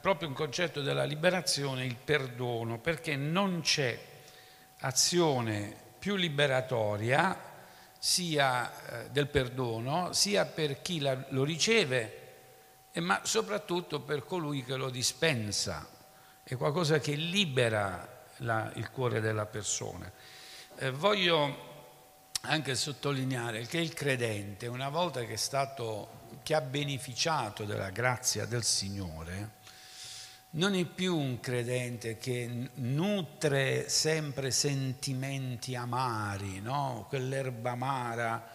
proprio un concetto della liberazione, il perdono, perché non c'è azione più liberatoria sia del perdono, sia per chi lo riceve, ma soprattutto per colui che lo dispensa. È qualcosa che libera il cuore della persona. Voglio anche sottolineare che il credente, una volta che ha beneficiato della grazia del Signore, non è più un credente che nutre sempre sentimenti amari, no? Quell'erba amara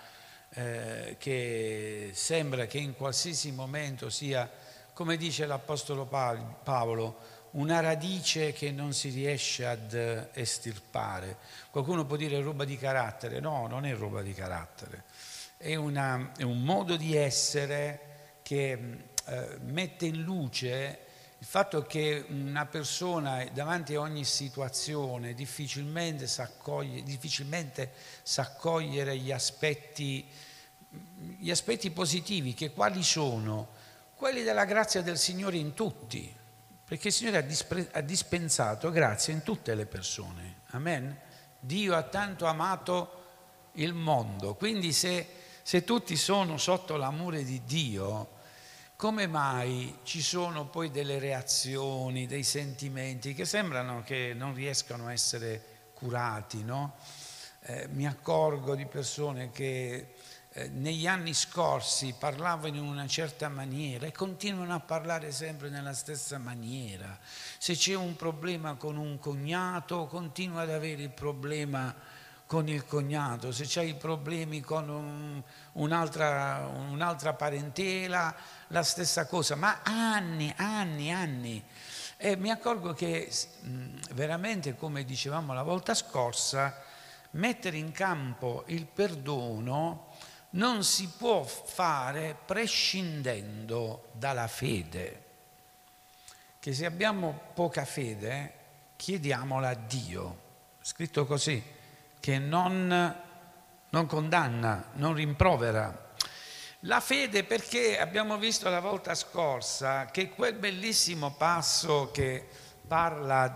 che sembra che in qualsiasi momento sia, come dice l'Apostolo Paolo, una radice che non si riesce ad estirpare. Qualcuno può dire roba di carattere. No, non è roba di carattere. È un modo di essere che mette in luce il fatto che una persona davanti a ogni situazione difficilmente sa accogliere gli aspetti positivi, che quali sono? Quelli della grazia del Signore in tutti, perché il Signore ha dispensato grazia in tutte le persone. Amen? Dio ha tanto amato il mondo, quindi se tutti sono sotto l'amore di Dio, come mai ci sono poi delle reazioni, dei sentimenti che sembrano che non riescano a essere curati, no? Mi accorgo di persone che negli anni scorsi parlavano in una certa maniera e continuano a parlare sempre nella stessa maniera. Se c'è un problema con un cognato, continua ad avere il problema con il cognato. Se c'hai i problemi con un'altra parentela, la stessa cosa, ma anni. E mi accorgo che veramente, come dicevamo la volta scorsa, mettere in campo il perdono non si può fare prescindendo dalla fede, che se abbiamo poca fede chiediamola a Dio, scritto così, che non condanna, non rimprovera. La fede, perché abbiamo visto la volta scorsa che quel bellissimo passo che parla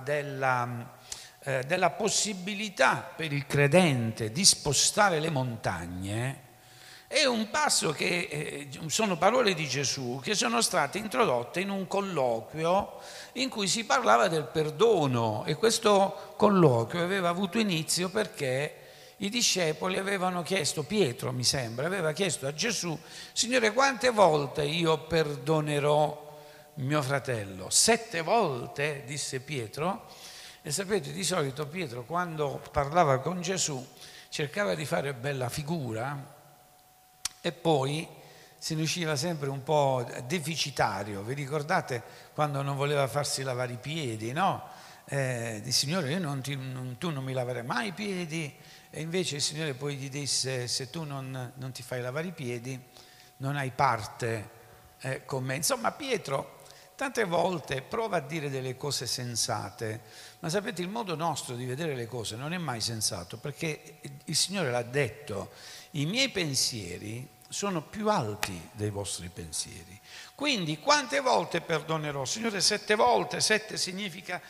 della possibilità per il credente di spostare le montagne, è un passo che sono parole di Gesù che sono state introdotte in un colloquio in cui si parlava del perdono, e questo colloquio aveva avuto inizio perché i discepoli avevano chiesto, Pietro mi sembra, aveva chiesto a Gesù: Signore, quante volte io perdonerò mio fratello? 7 volte, disse Pietro. E sapete, di solito Pietro, quando parlava con Gesù, cercava di fare bella figura e poi se ne usciva sempre un po' deficitario. Vi ricordate quando non voleva farsi lavare i piedi, no? Di Signore, tu non mi laverai mai i piedi. E invece il Signore poi gli disse: se tu non ti fai lavare i piedi, non hai parte con me. Insomma, Pietro tante volte prova a dire delle cose sensate, ma sapete, il modo nostro di vedere le cose non è mai sensato, perché il Signore l'ha detto: i miei pensieri sono più alti dei vostri pensieri. Quindi quante volte perdonerò? Signore, 7 volte. 7 significa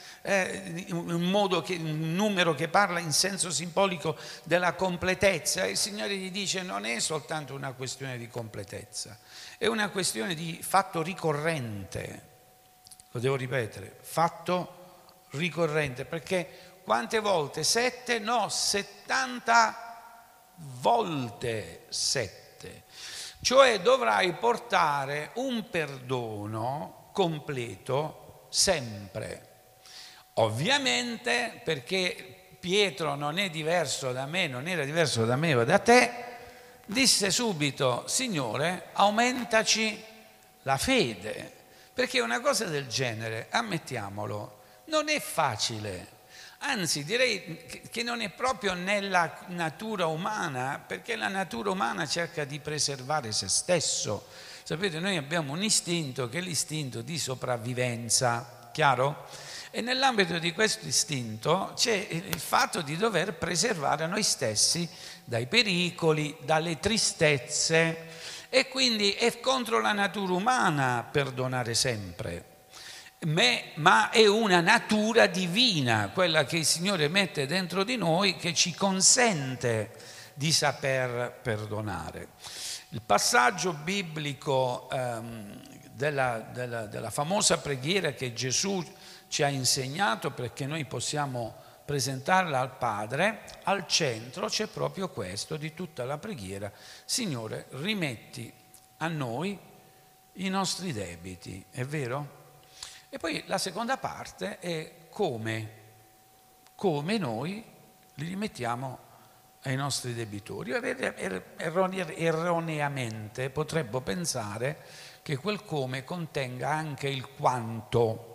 un numero che parla in senso simbolico della completezza. Il Signore gli dice: non è soltanto una questione di completezza, è una questione di fatto ricorrente. Lo devo ripetere: fatto ricorrente, perché quante volte? 7? No, 70 volte 7. Cioè dovrai portare un perdono completo sempre. Ovviamente, perché Pietro non è diverso da me, non era diverso da me o da te, disse subito: Signore, aumentaci la fede. Perché una cosa del genere, ammettiamolo, non è facile. Anzi, direi che non è proprio nella natura umana, perché la natura umana cerca di preservare se stesso. Sapete, noi abbiamo un istinto che è l'istinto di sopravvivenza, chiaro? E nell'ambito di questo istinto c'è il fatto di dover preservare noi stessi dai pericoli, dalle tristezze, e quindi è contro la natura umana perdonare sempre. ma è una natura divina, quella che il Signore mette dentro di noi, che ci consente di saper perdonare. Il passaggio biblico della famosa preghiera che Gesù ci ha insegnato perché noi possiamo presentarla al Padre, al centro c'è proprio questo di tutta la preghiera: Signore, rimetti a noi i nostri debiti, è vero? E poi la seconda parte è come noi li rimettiamo ai nostri debitori. Erroneamente potremmo pensare che quel come contenga anche il quanto.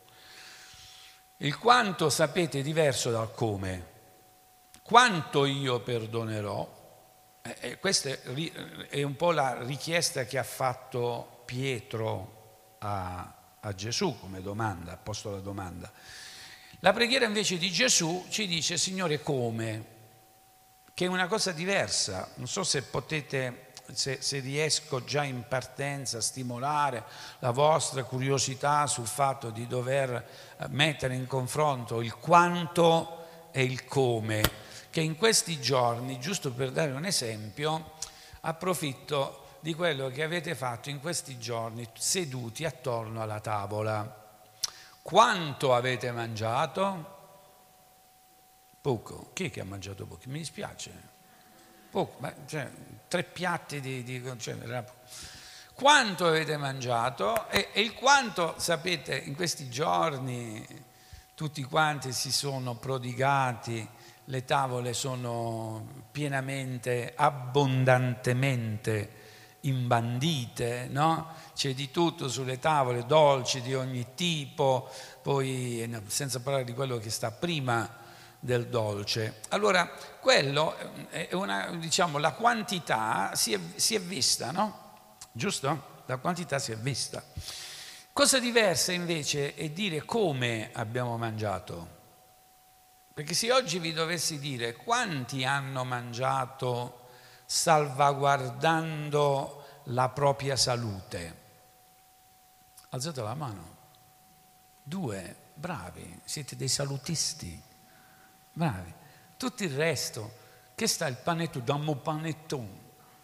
Il quanto, sapete, è diverso dal come. Quanto io perdonerò, questa è un po' la richiesta che ha fatto Pietro a Gesù come domanda, ha posto la domanda. La preghiera invece di Gesù ci dice: Signore, come? Che è una cosa diversa. Non so se potete, se riesco già in partenza a stimolare la vostra curiosità sul fatto di dover mettere in confronto il quanto e il come, che in questi giorni, giusto per dare un esempio, approfitto di quello che avete fatto in questi giorni seduti attorno alla tavola. Quanto avete mangiato? Poco. Chi è che ha mangiato poco? Mi dispiace. Poco, ma, cioè, 3 piatti quanto avete mangiato? E il quanto, sapete, in questi giorni tutti quanti si sono prodigati, le tavole sono pienamente, abbondantemente imbandite, no? C'è di tutto sulle tavole, dolci di ogni tipo, poi senza parlare di quello che sta prima del dolce. Allora, quello è diciamo, la quantità si è vista, no? Giusto? La quantità si è vista. Cosa diversa invece è dire come abbiamo mangiato. Perché se oggi vi dovessi dire quanti hanno mangiato salvaguardando la propria salute, alzate la mano. 2, bravi, siete dei salutisti, bravi. Tutto il resto, che sta il panetto, dammo panettone,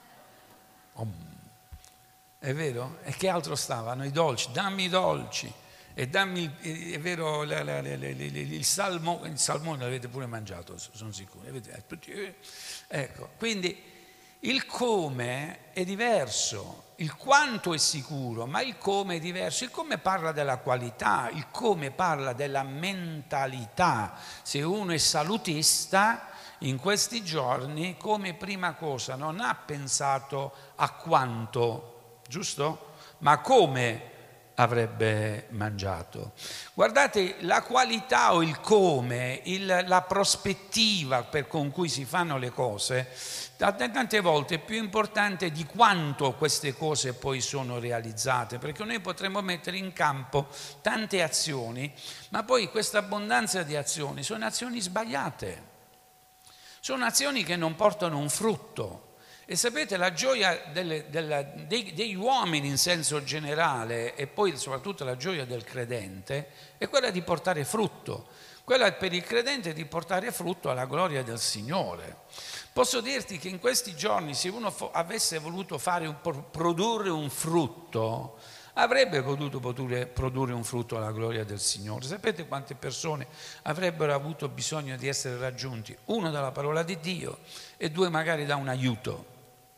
è vero? E che altro stavano? I dolci, dammi i dolci, e dammi, è vero, il salmone l'avete pure mangiato, sono sicuro. Ecco, quindi il come è diverso, il quanto è sicuro, ma il come è diverso. Il come parla della qualità, il come parla della mentalità. Se uno è salutista, in questi giorni, come prima cosa, non ha pensato a quanto, giusto? Ma come avrebbe mangiato. Guardate, la qualità o il come, la prospettiva con cui si fanno le cose, tante volte è più importante di quanto queste cose poi sono realizzate, perché noi potremmo mettere in campo tante azioni, ma poi questa abbondanza di azioni sono azioni sbagliate, sono azioni che non portano un frutto. E sapete, la gioia degli uomini in senso generale, e poi soprattutto la gioia del credente, è quella di portare frutto. Quella per il credente di portare frutto alla gloria del Signore. Posso dirti che in questi giorni, se uno avesse voluto produrre un frutto, avrebbe potuto produrre un frutto alla gloria del Signore. Sapete quante persone avrebbero avuto bisogno di essere raggiunti? 1 dalla parola di Dio e 2 magari da un aiuto.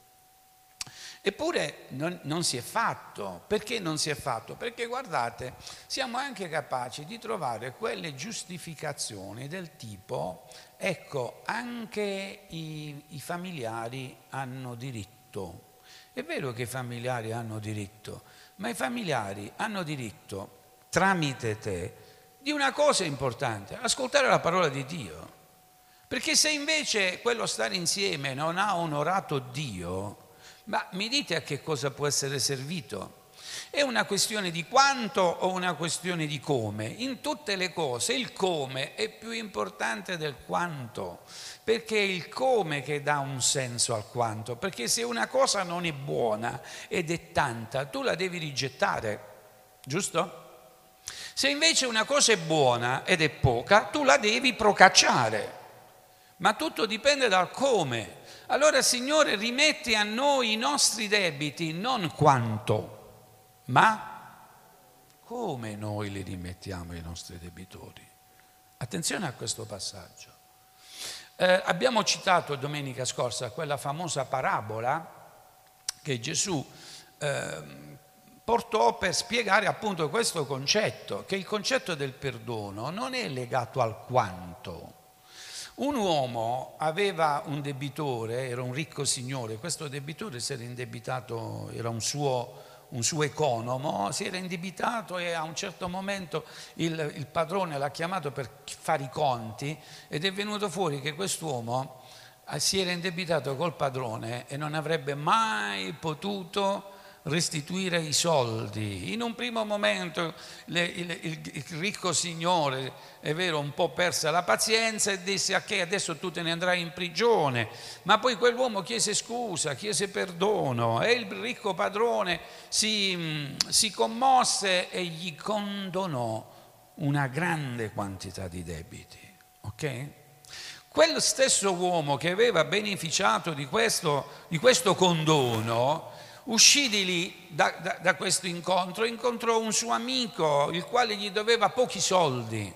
Eppure non si è fatto. Perché non si è fatto? Perché guardate, siamo anche capaci di trovare quelle giustificazioni del tipo: ecco, anche i familiari hanno diritto. È vero che i familiari hanno diritto, ma i familiari hanno diritto, tramite te, di una cosa importante: ascoltare la parola di Dio. Perché se invece quello stare insieme non ha onorato Dio, ma mi dite a che cosa può essere servito? È una questione di quanto o una questione di come? In tutte le cose il come è più importante del quanto, perché è il come che dà un senso al quanto, perché se una cosa non è buona ed è tanta, tu la devi rigettare, giusto? Se invece una cosa è buona ed è poca, tu la devi procacciare, ma tutto dipende dal come. Allora, Signore, rimetti a noi i nostri debiti, non quanto, ma come noi li rimettiamo ai nostri debitori. Attenzione a questo passaggio. Abbiamo citato domenica scorsa quella famosa parabola che Gesù portò per spiegare appunto questo concetto, che il concetto del perdono non è legato al quanto. Un uomo aveva un debitore, era un ricco signore, questo debitore si era indebitato, era un suo economo, si era indebitato e a un certo momento il padrone l'ha chiamato per fare i conti ed è venuto fuori che quest'uomo si era indebitato col padrone e non avrebbe mai potuto restituire i soldi. In un primo momento il ricco signore, è vero, un po' persa la pazienza e disse: a che adesso tu te ne andrai in prigione? Ma poi quell'uomo chiese scusa, chiese perdono e il ricco padrone si commosse e gli condonò una grande quantità di debiti, ok? Quello stesso uomo che aveva beneficiato di questo condono uscì di lì da questo incontro, incontrò un suo amico il quale gli doveva pochi soldi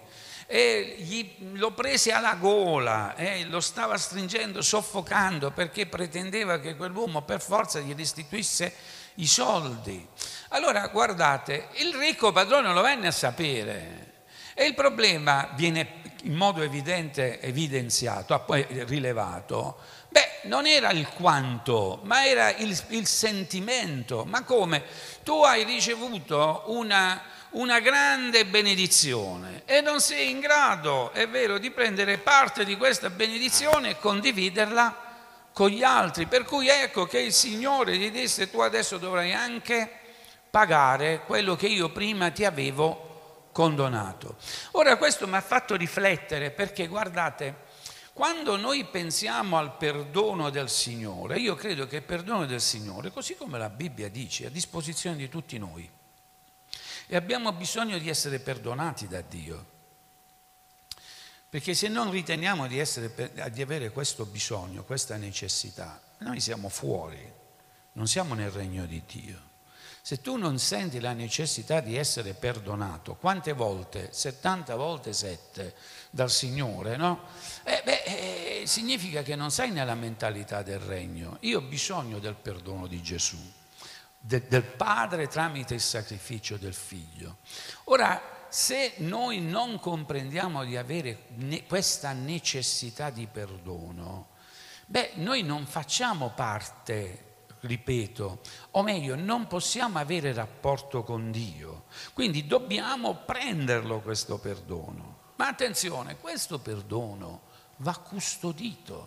e lo prese alla gola e lo stava stringendo, soffocando, perché pretendeva che quell'uomo per forza gli restituisse i soldi. Allora guardate, il ricco padrone lo venne a sapere e il problema viene in modo evidente evidenziato, poi rilevato. Non era il quanto, ma era il sentimento. Ma come? Tu hai ricevuto una grande benedizione e non sei in grado, è vero, di prendere parte di questa benedizione e condividerla con gli altri. Per cui ecco che il Signore gli disse: tu adesso dovrai anche pagare quello che io prima ti avevo condonato. Ora questo mi ha fatto riflettere, perché guardate, quando noi pensiamo al perdono del Signore, io credo che il perdono del Signore, così come la Bibbia dice, è a disposizione di tutti noi. E abbiamo bisogno di essere perdonati da Dio. Perché se non riteniamo di avere questo bisogno, questa necessità, noi siamo fuori, non siamo nel regno di Dio. Se tu non senti la necessità di essere perdonato, quante volte? 70 volte 7 dal Signore, no? Significa che non sei nella mentalità del regno. Io ho bisogno del perdono di Gesù, del Padre tramite il sacrificio del Figlio. Ora, se noi non comprendiamo di avere questa necessità di perdono, noi non facciamo parte, ripeto, o meglio, non possiamo avere rapporto con Dio. Quindi dobbiamo prenderlo questo perdono. Ma attenzione, questo perdono va custodito,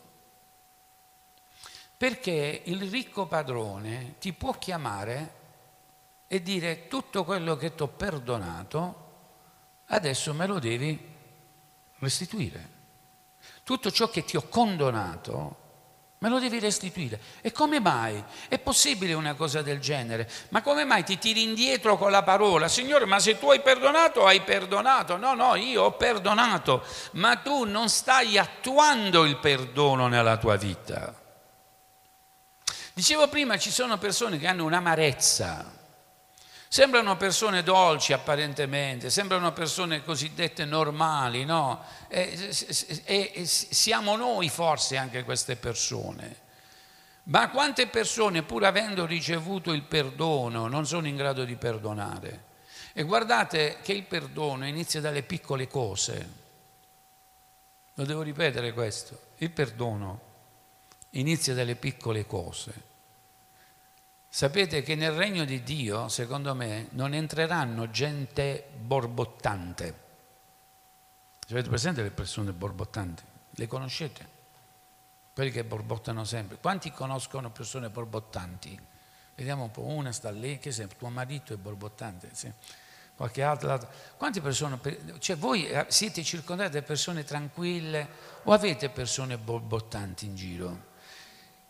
perché il ricco padrone ti può chiamare e dire: tutto quello che ti ho perdonato adesso me lo devi restituire, tutto ciò che ti ho condonato me lo devi restituire. E come mai? È possibile una cosa del genere? Ma come mai ti tiri indietro con la parola: Signore, ma se tu hai perdonato, hai perdonato. No, io ho perdonato, ma tu non stai attuando il perdono nella tua vita. Dicevo prima, ci sono persone che hanno un'amarezza. Sembrano persone dolci apparentemente, sembrano persone cosiddette normali, no? E siamo noi forse anche queste persone. Ma quante persone, pur avendo ricevuto il perdono, non sono in grado di perdonare? E guardate che il perdono inizia dalle piccole cose. Lo devo ripetere questo: il perdono inizia dalle piccole cose. Sapete che nel regno di Dio, secondo me, non entreranno gente borbottante. Avete presente le persone borbottanti? Le conoscete? Quelli che borbottano sempre. Quanti conoscono persone borbottanti? Vediamo un po', una sta lì, che sei, tuo marito è borbottante, sì. Qualche altra. Quante persone, cioè voi siete circondati da persone tranquille o avete persone borbottanti in giro?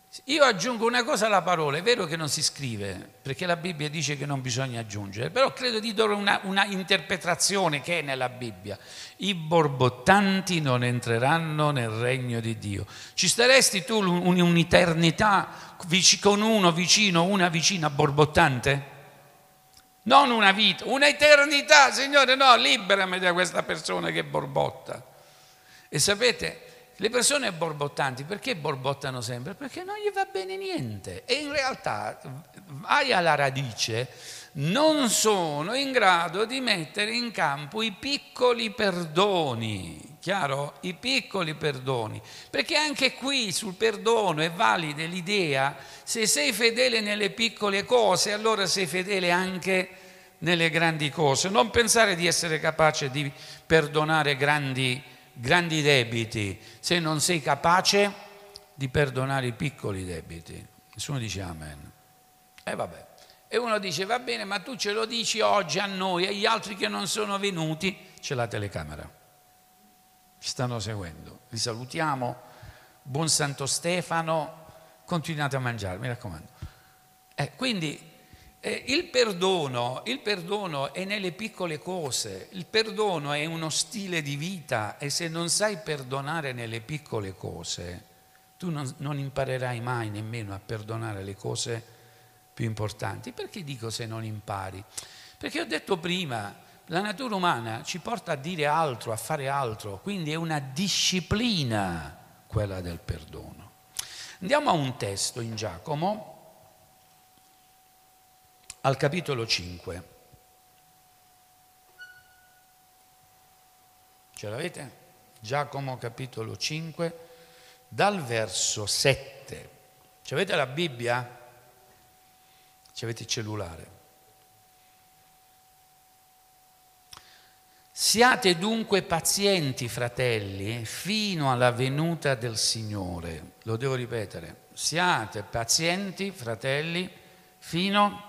Io aggiungo una cosa alla parola, è vero che non si scrive, perché la Bibbia dice che non bisogna aggiungere, però credo di dare una interpretazione che è nella Bibbia. I borbottanti non entreranno nel regno di Dio. Ci staresti tu un'eternità con uno vicino, una vicina borbottante? Non una vita, un'eternità, Signore, no, liberami da questa persona che borbotta. E sapete, le persone borbottanti, perché borbottano sempre? Perché non gli va bene niente. E in realtà, vai alla radice, non sono in grado di mettere in campo i piccoli perdoni. Chiaro? I piccoli perdoni. Perché anche qui sul perdono è valida l'idea, se sei fedele nelle piccole cose, allora sei fedele anche nelle grandi cose. Non pensare di essere capace di perdonare grandi debiti se non sei capace di perdonare i piccoli debiti. Nessuno dice amen. E vabbè. E uno dice va bene, ma tu ce lo dici oggi a noi e agli altri che non sono venuti. C'è la telecamera, ci stanno seguendo, vi salutiamo, buon Santo Stefano, continuate a mangiare, mi raccomando. Quindi il perdono è nelle piccole cose, il perdono è uno stile di vita e se non sai perdonare nelle piccole cose, tu non imparerai mai nemmeno a perdonare le cose più importanti. Perché dico se non impari? Perché ho detto prima, la natura umana ci porta a dire altro, a fare altro, quindi è una disciplina quella del perdono. Andiamo a un testo in Giacomo, al capitolo 5. Ce l'avete? Giacomo capitolo 5, dal verso 7. Ci avete la Bibbia? Ci avete il cellulare? Siate dunque pazienti, fratelli, fino alla venuta del Signore. Lo devo ripetere. Siate pazienti, fratelli, fino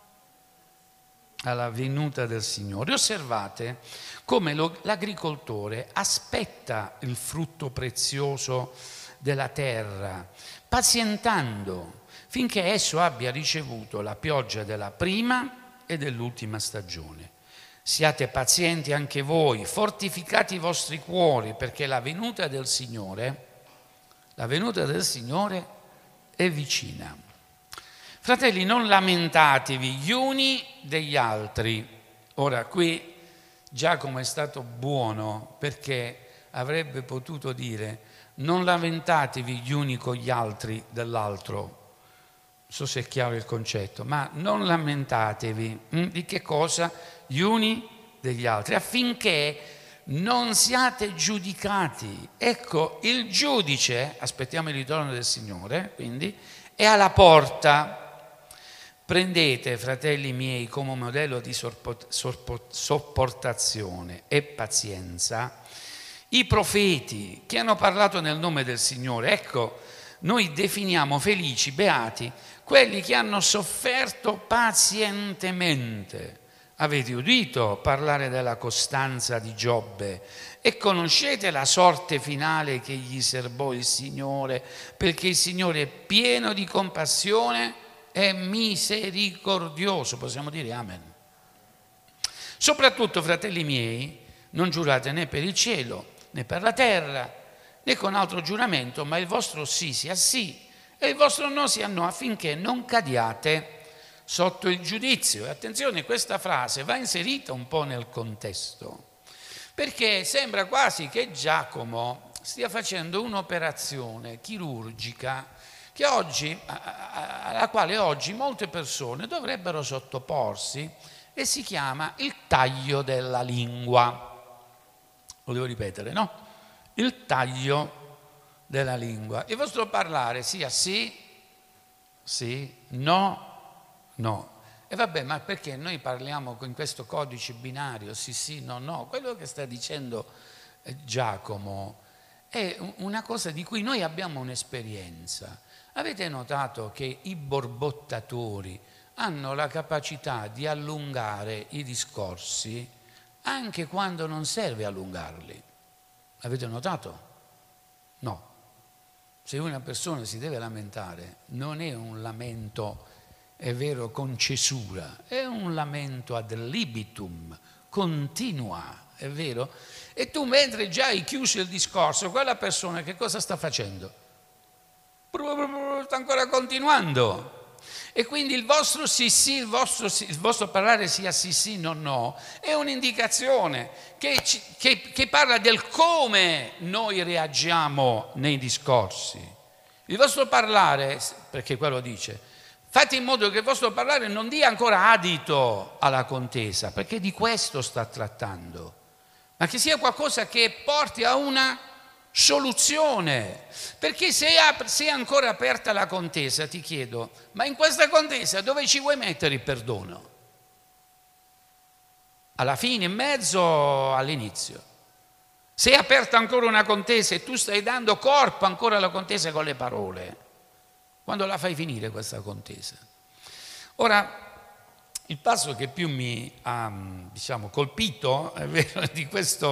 alla venuta del Signore. Osservate come l'agricoltore aspetta il frutto prezioso della terra, pazientando finché esso abbia ricevuto la pioggia della prima e dell'ultima stagione. Siate pazienti anche voi, fortificate i vostri cuori, perché la venuta del Signore è vicina. Fratelli, non lamentatevi gli uni degli altri. Ora, qui Giacomo è stato buono perché avrebbe potuto dire non lamentatevi gli uni con gli altri dell'altro. Non so se è chiaro il concetto, ma non lamentatevi di che cosa? Gli uni degli altri, affinché non siate giudicati. Ecco, il giudice, aspettiamo il ritorno del Signore, quindi, è alla porta. Prendete, fratelli miei, come modello di sopportazione e pazienza i profeti che hanno parlato nel nome del Signore. Ecco, noi definiamo felici, beati, quelli che hanno sofferto pazientemente. Avete udito parlare della costanza di Giobbe e conoscete la sorte finale che gli serbò il Signore, perché il Signore è pieno di compassione e misericordioso. Possiamo dire amen. Soprattutto, fratelli miei, non giurate né per il cielo, né per la terra, né con altro giuramento, ma il vostro sì sia sì e il vostro no sia no, affinché non cadiate sotto il giudizio. E attenzione, questa frase va inserita un po' nel contesto, perché sembra quasi che Giacomo stia facendo un'operazione chirurgica che oggi, alla quale oggi molte persone dovrebbero sottoporsi, e si chiama il taglio della lingua. Lo devo ripetere, no? Il taglio della lingua. Il vostro parlare sia sì, sì, no, no. E vabbè, ma perché noi parliamo con questo codice binario, sì, sì, no, no? Quello che sta dicendo Giacomo è una cosa di cui noi abbiamo un'esperienza. Avete notato che i borbottatori hanno la capacità di allungare i discorsi anche quando non serve allungarli? Avete notato? No. se una persona si deve lamentare, non è un lamento, è vero, con cesura, è un lamento ad libitum, continua, è vero? E tu mentre già hai chiuso il discorso, quella persona che cosa sta facendo? Sta ancora continuando. E quindi il vostro sì sì, il vostro parlare sia sì sì, no no, è un'indicazione che parla del come noi reagiamo nei discorsi. Il vostro parlare, perché quello dice, fate in modo che il vostro parlare non dia ancora adito alla contesa, perché di questo sta trattando, ma che sia qualcosa che porti a una soluzione. Perché se è ancora aperta la contesa, ti chiedo, ma in questa contesa dove ci vuoi mettere il perdono? Alla fine, in mezzo, all'inizio? Se è aperta ancora una contesa e tu stai dando corpo ancora alla contesa con le parole, quando la fai finire questa contesa? Ora, il passo che più mi ha, colpito, è vero, di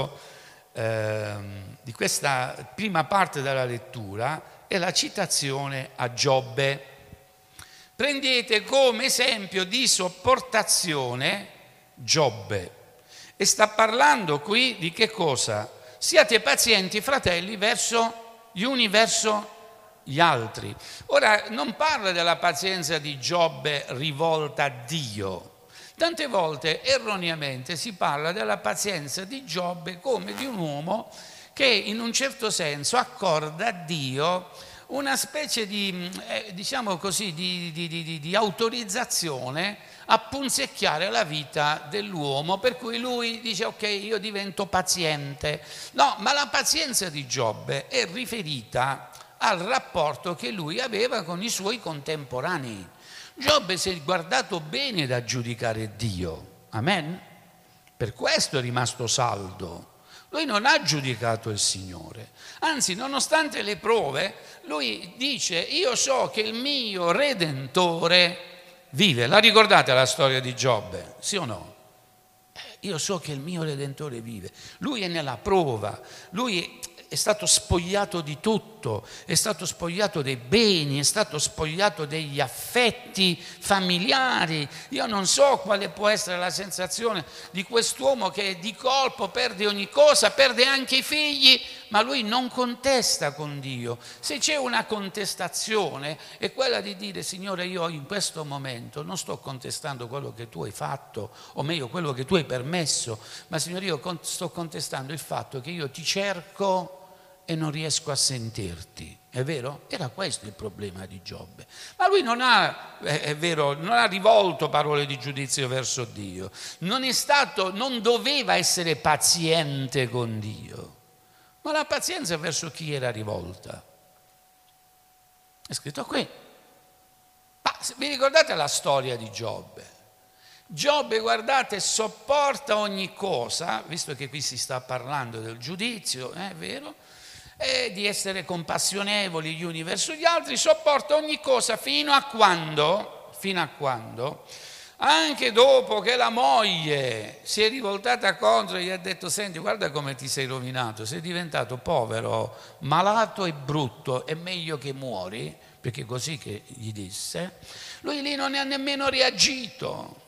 questa prima parte della lettura è la citazione a Giobbe. Prendete come esempio di sopportazione Giobbe e sta parlando qui di che cosa? Siate pazienti, fratelli, verso gli uni verso gli altri. Ora non parla della pazienza di Giobbe rivolta a Dio. Tante volte erroneamente si parla della pazienza di Giobbe come di un uomo che in un certo senso accorda a Dio una specie di, di autorizzazione a punzecchiare la vita dell'uomo, per cui lui dice ok, io divento paziente. No, ma la pazienza di Giobbe è riferita al rapporto che lui aveva con i suoi contemporanei. Giobbe si è guardato bene da giudicare Dio, amen? Per questo è rimasto saldo. Lui non ha giudicato il Signore, anzi, nonostante le prove, lui dice: io so che il mio Redentore vive. La ricordate la storia di Giobbe? Sì o no? Io so che il mio Redentore vive. Lui è nella prova, lui è stato spogliato di tutto, è stato spogliato dei beni, è stato spogliato degli affetti familiari. Io non so quale può essere la sensazione di quest'uomo che di colpo perde ogni cosa, perde anche i figli, ma lui non contesta con Dio. Se c'è una contestazione è quella di dire: Signore, io in questo momento non sto contestando quello che tu hai fatto, o meglio quello che tu hai permesso, ma Signore, io sto contestando il fatto che io ti cerco e non riesco a sentirti. È vero? Era questo il problema di Giobbe. Ma lui non ha, è vero, non ha rivolto parole di giudizio verso Dio, non doveva essere paziente con Dio, ma la pazienza verso chi era rivolta. È scritto qui. Ma vi ricordate la storia di Giobbe? Giobbe, guardate, sopporta ogni cosa, visto che qui si sta parlando del giudizio, è vero? E di essere compassionevoli gli uni verso gli altri, sopporta ogni cosa fino a quando, anche dopo che la moglie si è rivoltata contro e gli ha detto: senti, guarda come ti sei rovinato, sei diventato povero, malato e brutto, è meglio che muori, perché così che gli disse, lui lì non ne ha nemmeno reagito.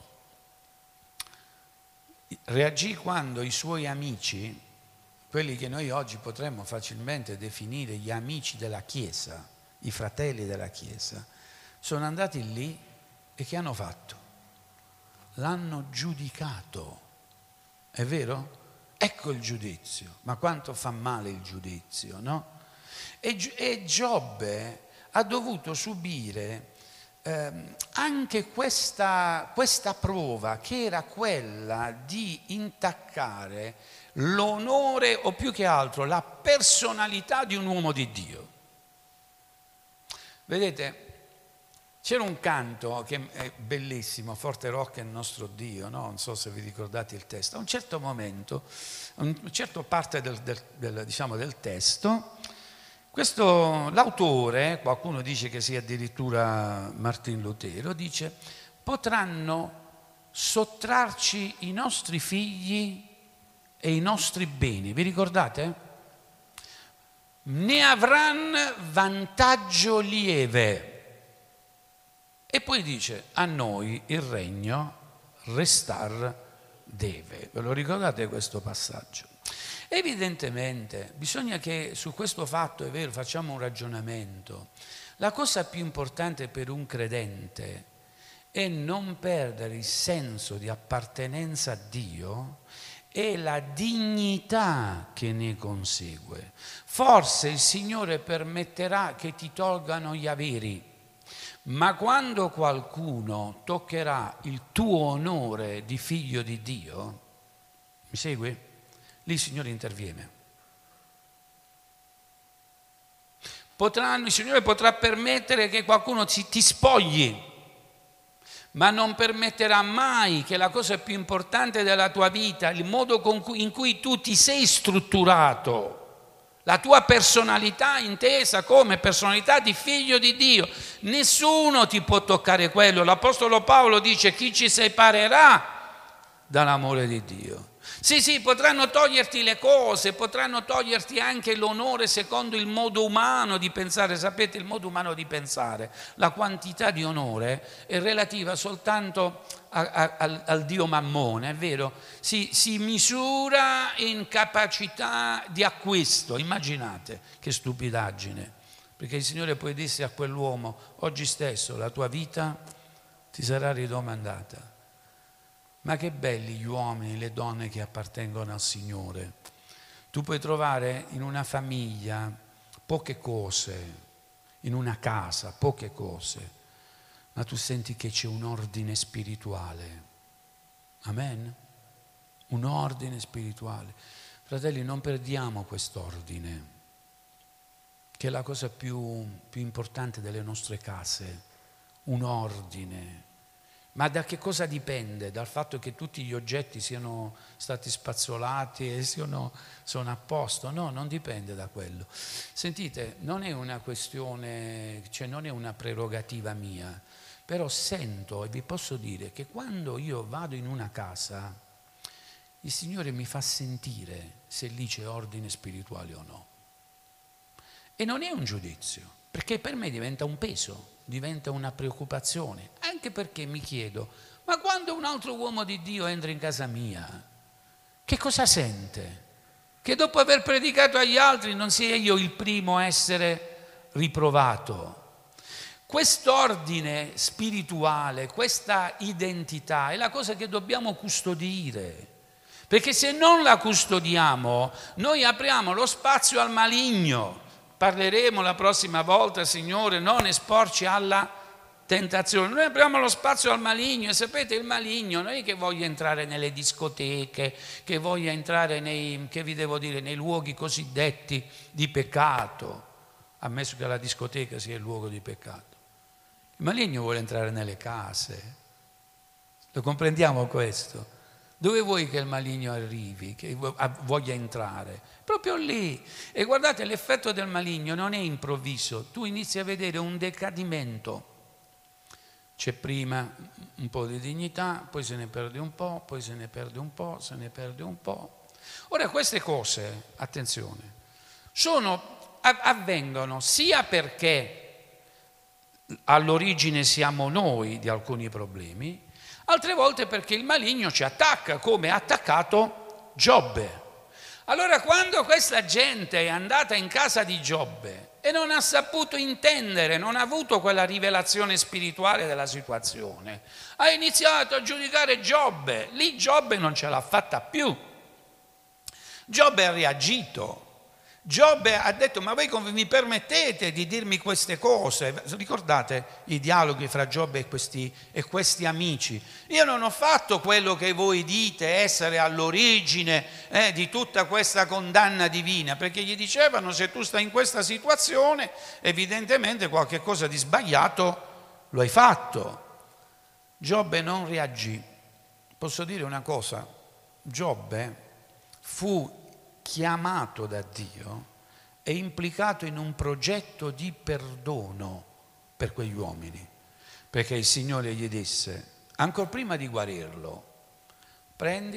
Reagì quando i suoi amici, quelli che noi oggi potremmo facilmente definire gli amici della Chiesa, i fratelli della Chiesa, sono andati lì e che hanno fatto? L'hanno giudicato. È vero? Ecco il giudizio. Ma quanto fa male il giudizio, no? E Giobbe ha dovuto subire anche questa prova, che era quella di intaccare l'onore, o più che altro la personalità di un uomo di Dio. Vedete, c'era un canto che è bellissimo, Forte Rock è il nostro Dio, no? Non so se vi ricordate il testo. A un certo momento, a una certa parte del testo, l'autore, qualcuno dice che sia addirittura Martin Lutero, dice: potranno sottrarci i nostri figli e i nostri beni. Vi ricordate? ne avranno vantaggio lieve. E poi dice, a noi il regno restar deve. Ve lo ricordate questo passaggio? Evidentemente bisogna che su questo fatto, è vero, facciamo un ragionamento. La cosa più importante per un credente è non perdere il senso di appartenenza a Dio e la dignità che ne consegue. Forse il Signore permetterà che ti tolgano gli averi, ma quando qualcuno toccherà il tuo onore di figlio di Dio, mi segui? Lì il Signore interviene. Il Signore potrà permettere che qualcuno ti spogli, ma non permetterà mai che la cosa più importante della tua vita, il modo in cui tu ti sei strutturato, la tua personalità intesa come personalità di figlio di Dio, nessuno ti può toccare quello. L'Apostolo Paolo dice: chi ci separerà dall'amore di Dio? Sì, potranno toglierti le cose, potranno toglierti anche l'onore secondo il modo umano di pensare. Sapete, il modo umano di pensare, la quantità di onore è relativa soltanto al Dio Mammone, è vero? Si misura in capacità di acquisto. Immaginate che stupidaggine, perché il Signore poi disse a quell'uomo: oggi stesso la tua vita ti sarà ridomandata. Ma che belli gli uomini, le donne che appartengono al Signore. Tu puoi trovare in una famiglia poche cose, in una casa poche cose, ma tu senti che c'è un ordine spirituale. Amen? Un ordine spirituale. Fratelli, non perdiamo quest'ordine, che è la cosa più importante delle nostre case. Un ordine. Ma da che cosa dipende? Dal fatto che tutti gli oggetti siano stati spazzolati e sono a posto? No, non dipende da quello. Sentite, non è una questione, cioè non è una prerogativa mia, però sento e vi posso dire che quando io vado in una casa, il Signore mi fa sentire se lì c'è ordine spirituale o no. E non è un giudizio, perché per me diventa un peso. Diventa una preoccupazione, anche perché mi chiedo: ma quando un altro uomo di Dio entra in casa mia, che cosa sente? Che dopo aver predicato agli altri non sia io il primo a essere riprovato. Quest'ordine spirituale, questa identità è la cosa che dobbiamo custodire, perché se non la custodiamo noi apriamo lo spazio al maligno. Parleremo la prossima volta, Signore, non esporci alla tentazione. Noi apriamo lo spazio al maligno, e sapete, il maligno non è che voglia entrare nelle discoteche, che voglia entrare nei luoghi cosiddetti di peccato, ammesso che la discoteca sia il luogo di peccato. Il maligno vuole entrare nelle case. Lo comprendiamo questo? Dove vuoi che il maligno arrivi, che voglia entrare? Proprio lì. E guardate, l'effetto del maligno non è improvviso. Tu inizi a vedere un decadimento. C'è prima un po' di dignità, poi se ne perde un po', poi se ne perde un po', se ne perde un po'. Ora queste cose, attenzione, avvengono sia perché all'origine siamo noi di alcuni problemi, altre volte perché il maligno ci attacca, come ha attaccato Giobbe. Allora, quando questa gente è andata in casa di Giobbe e non ha saputo intendere, non ha avuto quella rivelazione spirituale della situazione, ha iniziato a giudicare Giobbe. Lì Giobbe non ce l'ha fatta più. Giobbe ha reagito. Giobbe ha detto: ma voi come mi permettete di dirmi queste cose? Ricordate i dialoghi fra Giobbe e questi amici? Io non ho fatto quello che voi dite essere all'origine di tutta questa condanna divina, perché gli dicevano: se tu stai in questa situazione evidentemente qualche cosa di sbagliato lo hai fatto. Giobbe non reagì. Posso dire una cosa? Giobbe fu chiamato da Dio e implicato in un progetto di perdono per quegli uomini, perché il Signore gli disse, ancora prima di guarirlo: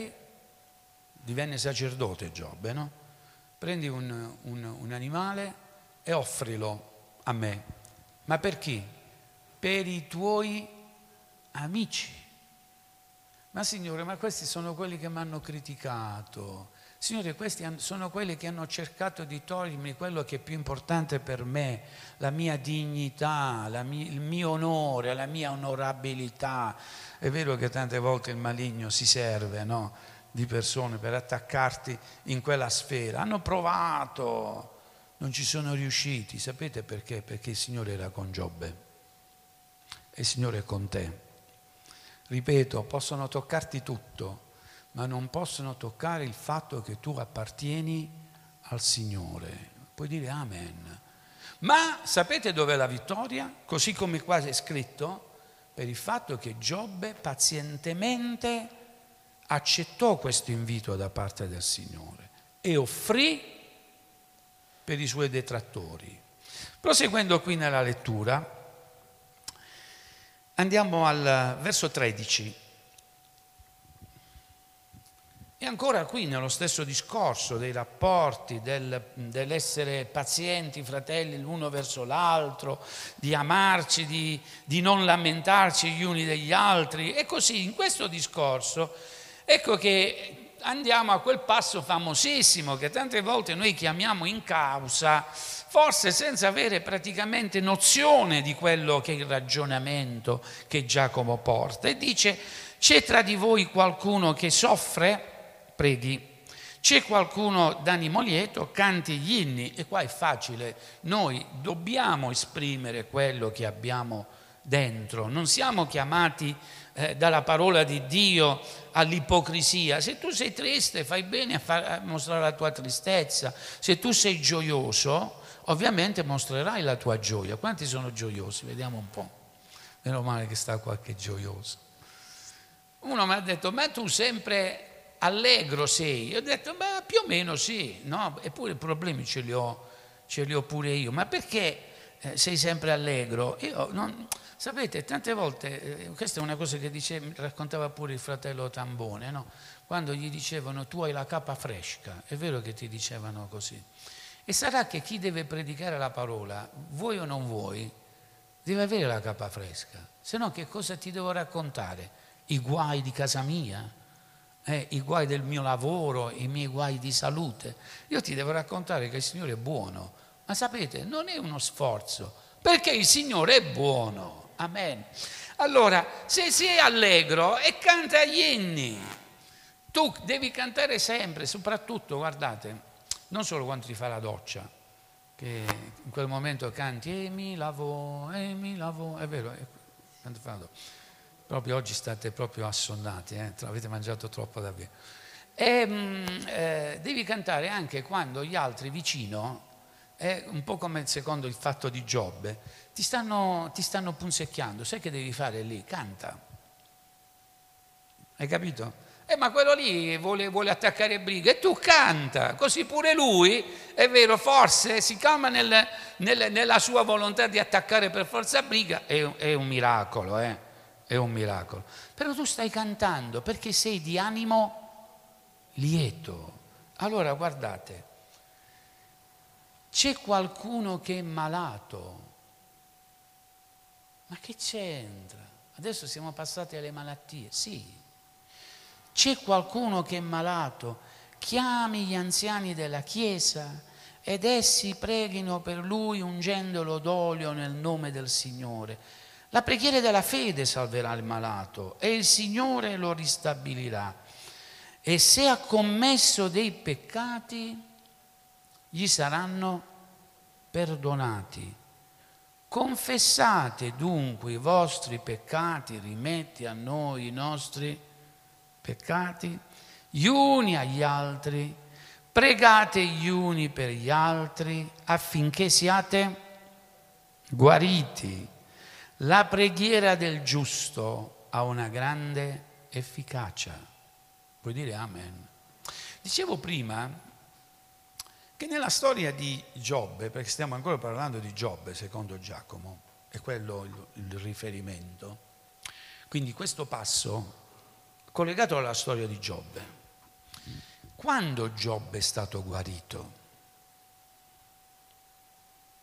divenne sacerdote Giobbe, no? Prendi un animale e offrilo a me. Ma per chi? Per i tuoi amici. Ma Signore, ma questi sono quelli che mi hanno criticato. Signore, questi sono quelli che hanno cercato di togliermi quello che è più importante per me, la mia dignità, il mio onore, la mia onorabilità. È vero che tante volte il maligno si serve, no, di persone per attaccarti in quella sfera. Hanno provato, non ci sono riusciti. Sapete perché? Perché il Signore era con Giobbe e il Signore è con te. Ripeto, possono toccarti tutto, ma non possono toccare il fatto che tu appartieni al Signore. Puoi dire amen. Ma sapete dov'è la vittoria? Così come qua è scritto, per il fatto che Giobbe pazientemente accettò questo invito da parte del Signore e offrì per i suoi detrattori. Proseguendo qui nella lettura, andiamo al verso 13. E ancora qui nello stesso discorso dei rapporti, dell'essere pazienti, fratelli, l'uno verso l'altro, di amarci, di non lamentarci gli uni degli altri. E così in questo discorso, ecco che andiamo a quel passo famosissimo che tante volte noi chiamiamo in causa, forse senza avere praticamente nozione di quello che è il ragionamento che Giacomo porta. E dice, c'è tra di voi qualcuno che soffre? Preghi. C'è qualcuno d'animo lieto? Canti gli inni. E qua è facile, noi dobbiamo esprimere quello che abbiamo dentro, non siamo chiamati dalla parola di Dio all'ipocrisia. Se tu sei triste fai bene a mostrare la tua tristezza, se tu sei gioioso ovviamente mostrerai la tua gioia. Quanti sono gioiosi? Vediamo un po'. Meno male che sta qualche gioioso. Uno mi ha detto, ma tu sempre allegro sei? Io ho detto, beh, più o meno sì, no? Eppure i problemi ce li ho pure io. Ma perché sei sempre allegro? Io non... Sapete, tante volte, questa è una cosa che raccontava pure il fratello Tambone, no? Quando gli dicevano, tu hai la capa fresca, è vero che ti dicevano così. E sarà che chi deve predicare la parola, vuoi o non vuoi, deve avere la capa fresca. Se no che cosa ti devo raccontare? I guai di casa mia? I guai del mio lavoro, i miei guai di salute. Io ti devo raccontare che il Signore è buono, ma sapete, non è uno sforzo, perché il Signore è buono. Amen. Allora, se sei allegro e canta gli inni, tu devi cantare sempre, soprattutto, guardate, non solo quando ti fa la doccia, che in quel momento canti e mi lavo, è vero, quando fa la doccia. Proprio oggi state proprio assonnati, avete mangiato troppo davvero. E devi cantare anche quando gli altri vicino, un po' come secondo il fatto di Giobbe, ti stanno punzecchiando. Sai che devi fare lì? Canta. Hai capito? Ma quello lì vuole attaccare briga e tu canta, così pure lui, è vero, forse si calma nella sua volontà di attaccare per forza briga, è un miracolo, È un miracolo. Però tu stai cantando perché sei di animo lieto. Allora guardate, c'è qualcuno che è malato. Ma che c'entra? Adesso siamo passati alle malattie. Sì, c'è qualcuno che è malato. Chiami gli anziani della Chiesa ed essi preghino per lui ungendolo d'olio nel nome del Signore. La preghiera della fede salverà il malato e il Signore lo ristabilirà. E se ha commesso dei peccati, gli saranno perdonati. Confessate dunque i vostri peccati, rimetti a noi i nostri peccati, gli uni agli altri, pregate gli uni per gli altri affinché siate guariti. La preghiera del giusto ha una grande efficacia. Puoi dire amen. Dicevo prima che nella storia di Giobbe, perché stiamo ancora parlando di Giobbe secondo Giacomo, è quello il riferimento, quindi questo passo collegato alla storia di Giobbe. Quando Giobbe è stato guarito?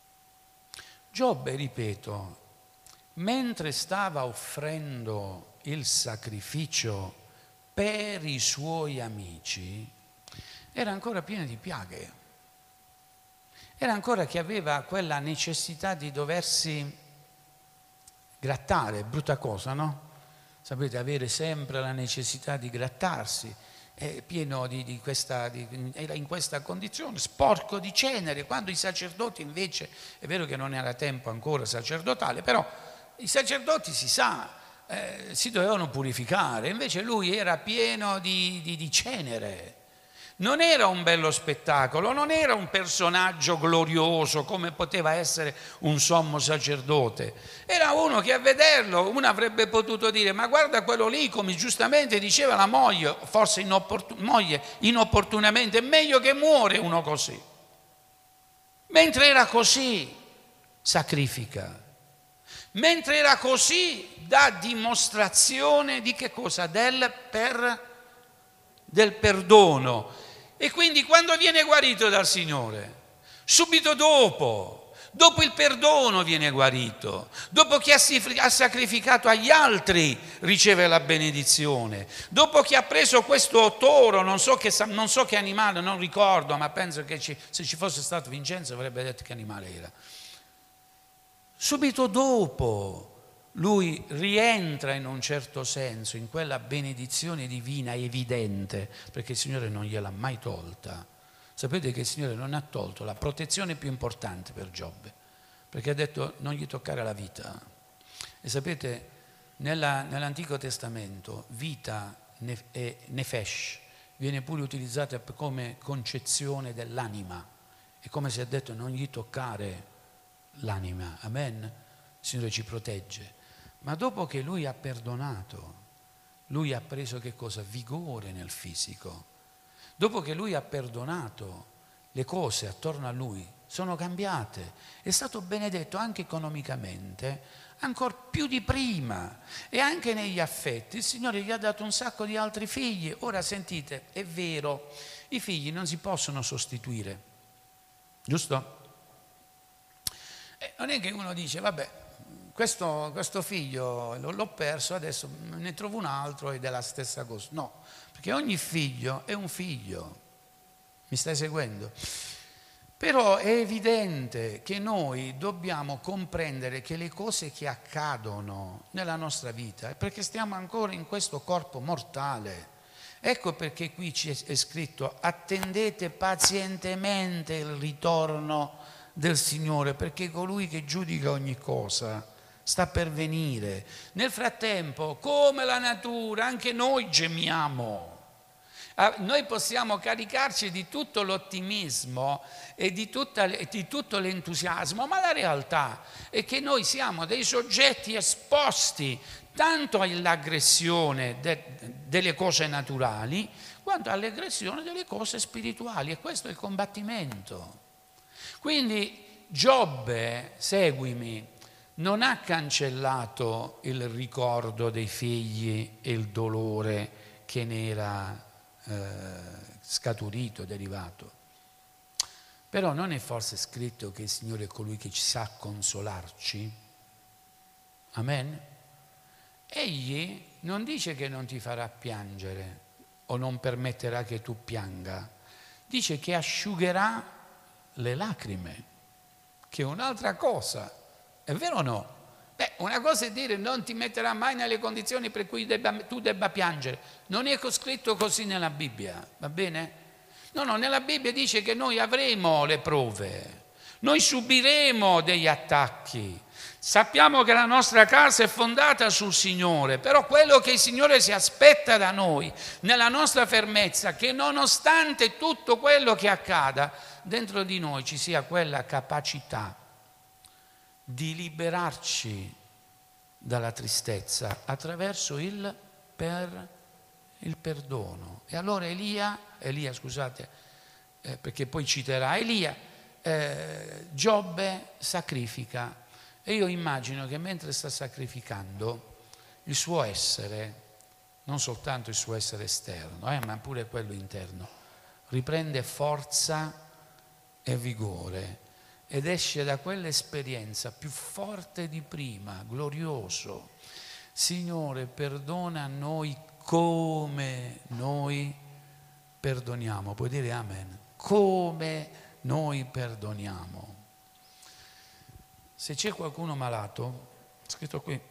Giobbe, ripeto, mentre stava offrendo il sacrificio per i suoi amici, era ancora pieno di piaghe. Era ancora che aveva quella necessità di doversi grattare, brutta cosa, no? Sapete, avere sempre la necessità di grattarsi, è pieno era in questa condizione, sporco di cenere, quando i sacerdoti invece, è vero che non era tempo ancora sacerdotale, però i sacerdoti si sa, si dovevano purificare, invece lui era pieno di cenere. Non era un bello spettacolo, non era un personaggio glorioso come poteva essere un sommo sacerdote. Era uno che a vederlo uno avrebbe potuto dire: ma guarda quello lì, come giustamente diceva la moglie, forse inopportunamente, è meglio che muore uno così. Mentre era così, sacrifica. Mentre era così, dà dimostrazione di che cosa? Del perdono. E quindi quando viene guarito dal Signore? Subito dopo il perdono viene guarito, dopo che ha sacrificato agli altri riceve la benedizione, dopo che ha preso questo toro, non so che animale, non ricordo, ma penso che se ci fosse stato Vincenzo avrebbe detto che animale era. Subito dopo lui rientra in un certo senso in quella benedizione divina evidente, perché il Signore non gliel'ha mai tolta. Sapete che il Signore non ha tolto la protezione più importante per Giobbe, perché ha detto non gli toccare la vita. E sapete, nell'Antico Testamento vita e nefesh viene pure utilizzata come concezione dell'anima. È come se ha detto non gli toccare l'anima, amen? Il Signore ci protegge. Ma dopo che lui ha perdonato, lui ha preso che cosa? Vigore nel fisico. Dopo che lui ha perdonato, le cose attorno a lui sono cambiate. È stato benedetto anche economicamente, ancora più di prima. E anche negli affetti. Il Signore gli ha dato un sacco di altri figli. Ora sentite, è vero, i figli non si possono sostituire. Giusto? Non è che uno dice, vabbè, questo figlio l'ho perso, adesso ne trovo un altro ed è la stessa cosa. No, perché ogni figlio è un figlio. Mi stai seguendo? Però è evidente che noi dobbiamo comprendere che le cose che accadono nella nostra vita è perché stiamo ancora in questo corpo mortale. Ecco perché qui ci è scritto: attendete pazientemente il ritorno del Signore, perché colui che giudica ogni cosa sta per venire. Nel frattempo, come la natura, anche noi gemiamo. Noi possiamo caricarci di tutto l'ottimismo e di tutto l'entusiasmo, ma la realtà è che noi siamo dei soggetti esposti tanto all'aggressione delle cose naturali quanto all'aggressione delle cose spirituali, e questo è il combattimento. Quindi Giobbe, seguimi, non ha cancellato il ricordo dei figli e il dolore che ne era scaturito, derivato. Però non è forse scritto che il Signore è colui che ci sa consolarci? Amen? Egli non dice che non ti farà piangere o non permetterà che tu pianga, dice che asciugherà le lacrime, che è un'altra cosa. È vero o no? Beh, una cosa è dire non ti metterà mai nelle condizioni per cui tu debba piangere. Non è scritto così nella Bibbia, va bene? No, nella Bibbia dice che noi avremo le prove, noi subiremo degli attacchi. Sappiamo che la nostra casa è fondata sul Signore, però quello che il Signore si aspetta da noi, nella nostra fermezza, che nonostante tutto quello che accada, dentro di noi ci sia quella capacità di liberarci dalla tristezza attraverso il perdono. E allora Elia, perché poi citerà Elia, Giobbe sacrifica, e io immagino che mentre sta sacrificando il suo essere, non soltanto il suo essere esterno, ma pure quello interno, riprende forza e vigore. ed esce da quell'esperienza più forte di prima, glorioso. Signore, perdona a noi come noi perdoniamo. Puoi dire amen? Come noi perdoniamo. Se c'è qualcuno malato, scritto qui,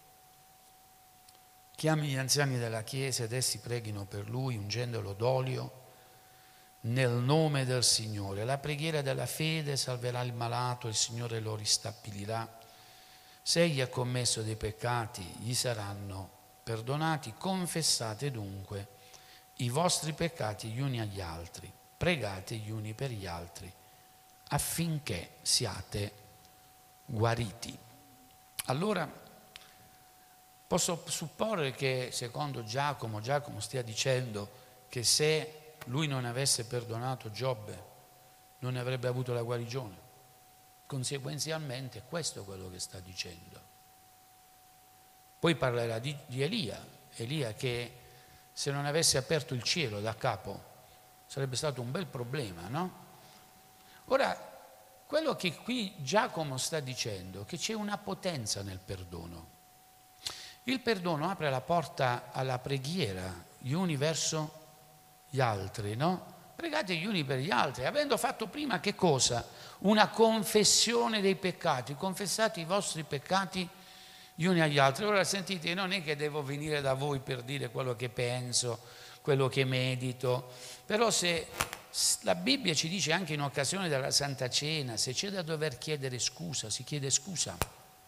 chiami gli anziani della chiesa ed essi preghino per lui ungendolo d'olio nel nome del Signore. La preghiera della fede salverà il malato, il Signore lo ristabilirà. Se egli ha commesso dei peccati, gli saranno perdonati. Confessate dunque i vostri peccati gli uni agli altri, pregate gli uni per gli altri affinché siate guariti. Allora, posso supporre che secondo Giacomo stia dicendo che se lui non avesse perdonato Giobbe non avrebbe avuto la guarigione. Conseguenzialmente questo è quello che sta dicendo. Poi parlerà di Elia che se non avesse aperto il cielo da capo sarebbe stato un bel problema, no? Ora, quello che qui Giacomo sta dicendo è che c'è una potenza nel perdono. Il perdono apre la porta alla preghiera, gli uni verso gli altri, no? Pregate gli uni per gli altri, avendo fatto prima che cosa? Una confessione dei peccati, confessate i vostri peccati gli uni agli altri. Ora sentite, non è che devo venire da voi per dire quello che penso, quello che medito, però se la Bibbia ci dice anche in occasione della Santa Cena, se c'è da dover chiedere scusa, si chiede scusa.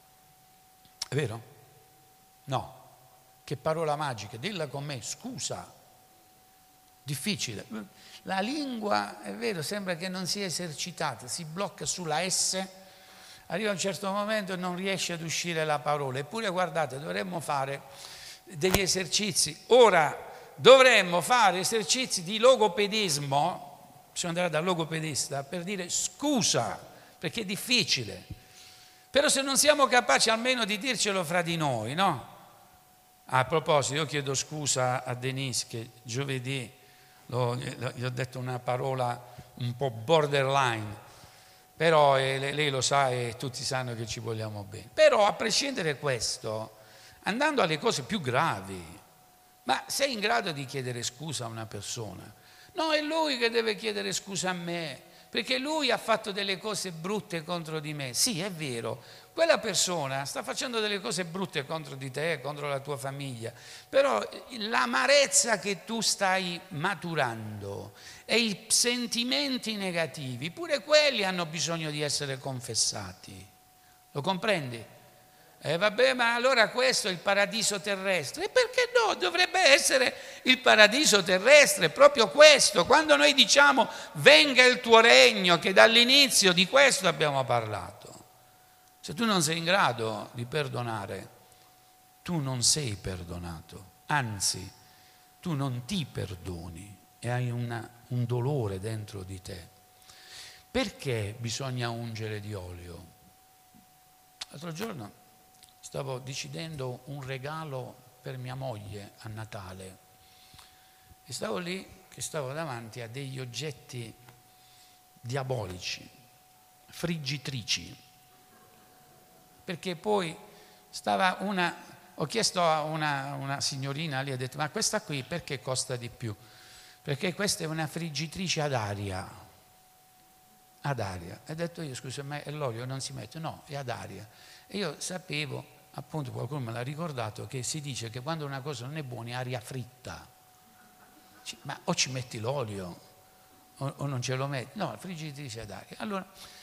È vero? No. Che parola magica, dilla con me, scusa. Difficile. La lingua, è vero, sembra che non sia esercitata, si blocca sulla S, arriva a un certo momento e non riesce ad uscire la parola. Eppure guardate, dovremmo fare degli esercizi. Ora dovremmo fare esercizi di logopedismo, bisogna andare dal logopedista per dire scusa, perché è difficile. Però se non siamo capaci almeno di dircelo fra di noi, no? A proposito, io chiedo scusa a Denise che giovedì gli ho detto una parola un po' borderline, però lei lo sa e tutti sanno che ci vogliamo bene. Però a prescindere da questo, andando alle cose più gravi, ma sei in grado di chiedere scusa a una persona? No, è lui che deve chiedere scusa a me, perché lui ha fatto delle cose brutte contro di me. Sì, è vero, quella persona sta facendo delle cose brutte contro di te, contro la tua famiglia, però l'amarezza che tu stai maturando e i sentimenti negativi, pure quelli hanno bisogno di essere confessati. Lo comprendi? Vabbè, ma allora questo è il paradiso terrestre. E perché no? Dovrebbe essere il paradiso terrestre, proprio questo. Quando noi diciamo venga il tuo regno, che dall'inizio di questo abbiamo parlato. Se tu non sei in grado di perdonare, tu non sei perdonato, anzi, tu non ti perdoni e hai un dolore dentro di te. Perché bisogna ungere di olio? L'altro giorno stavo decidendo un regalo per mia moglie a Natale e stavo lì che stavo davanti a degli oggetti diabolici, friggitrici, perché poi ho chiesto a una signorina lì, ho detto ma questa qui perché costa di più? Perché questa è una friggitrice ad aria. Ad aria. E ho detto io, scusa, ma l'olio non si mette? No, è ad aria. E io sapevo, appunto qualcuno me l'ha ricordato, che si dice che quando una cosa non è buona è aria fritta. Ma o ci metti l'olio o non ce lo metti. No, friggitrice ad aria. Allora,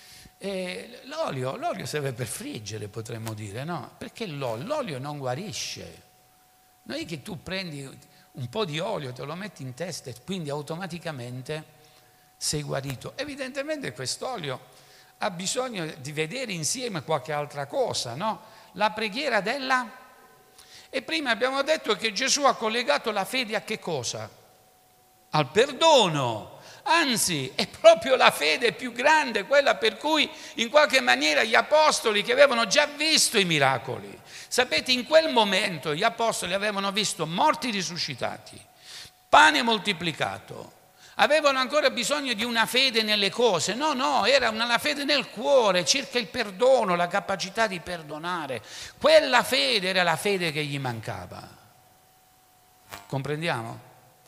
l'olio serve per friggere, potremmo dire, no? Perché l'olio non guarisce. Non è che tu prendi un po' di olio, te lo metti in testa e quindi automaticamente sei guarito. Evidentemente quest'olio ha bisogno di vedere insieme qualche altra cosa, no? La preghiera E prima abbiamo detto che Gesù ha collegato la fede a che cosa? Al perdono. Anzi, è proprio la fede più grande, quella per cui in qualche maniera gli apostoli che avevano già visto i miracoli, sapete, in quel momento gli apostoli avevano visto morti risuscitati, pane moltiplicato, Avevano ancora bisogno di una fede nelle cose. No, era una fede nel cuore, circa il perdono, la capacità di perdonare. Quella fede era la fede che gli mancava. Comprendiamo?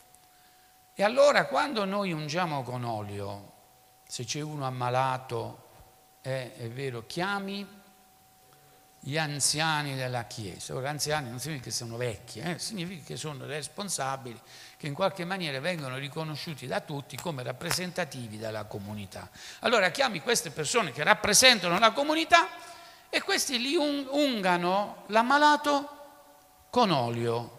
E allora quando noi ungiamo con olio, se c'è uno ammalato, è vero, chiami gli anziani della Chiesa. Ora, anziani non significa che sono vecchi, significa che sono responsabili, che in qualche maniera vengono riconosciuti da tutti come rappresentativi della comunità. Allora chiami queste persone che rappresentano la comunità e questi li ungano l'ammalato con olio.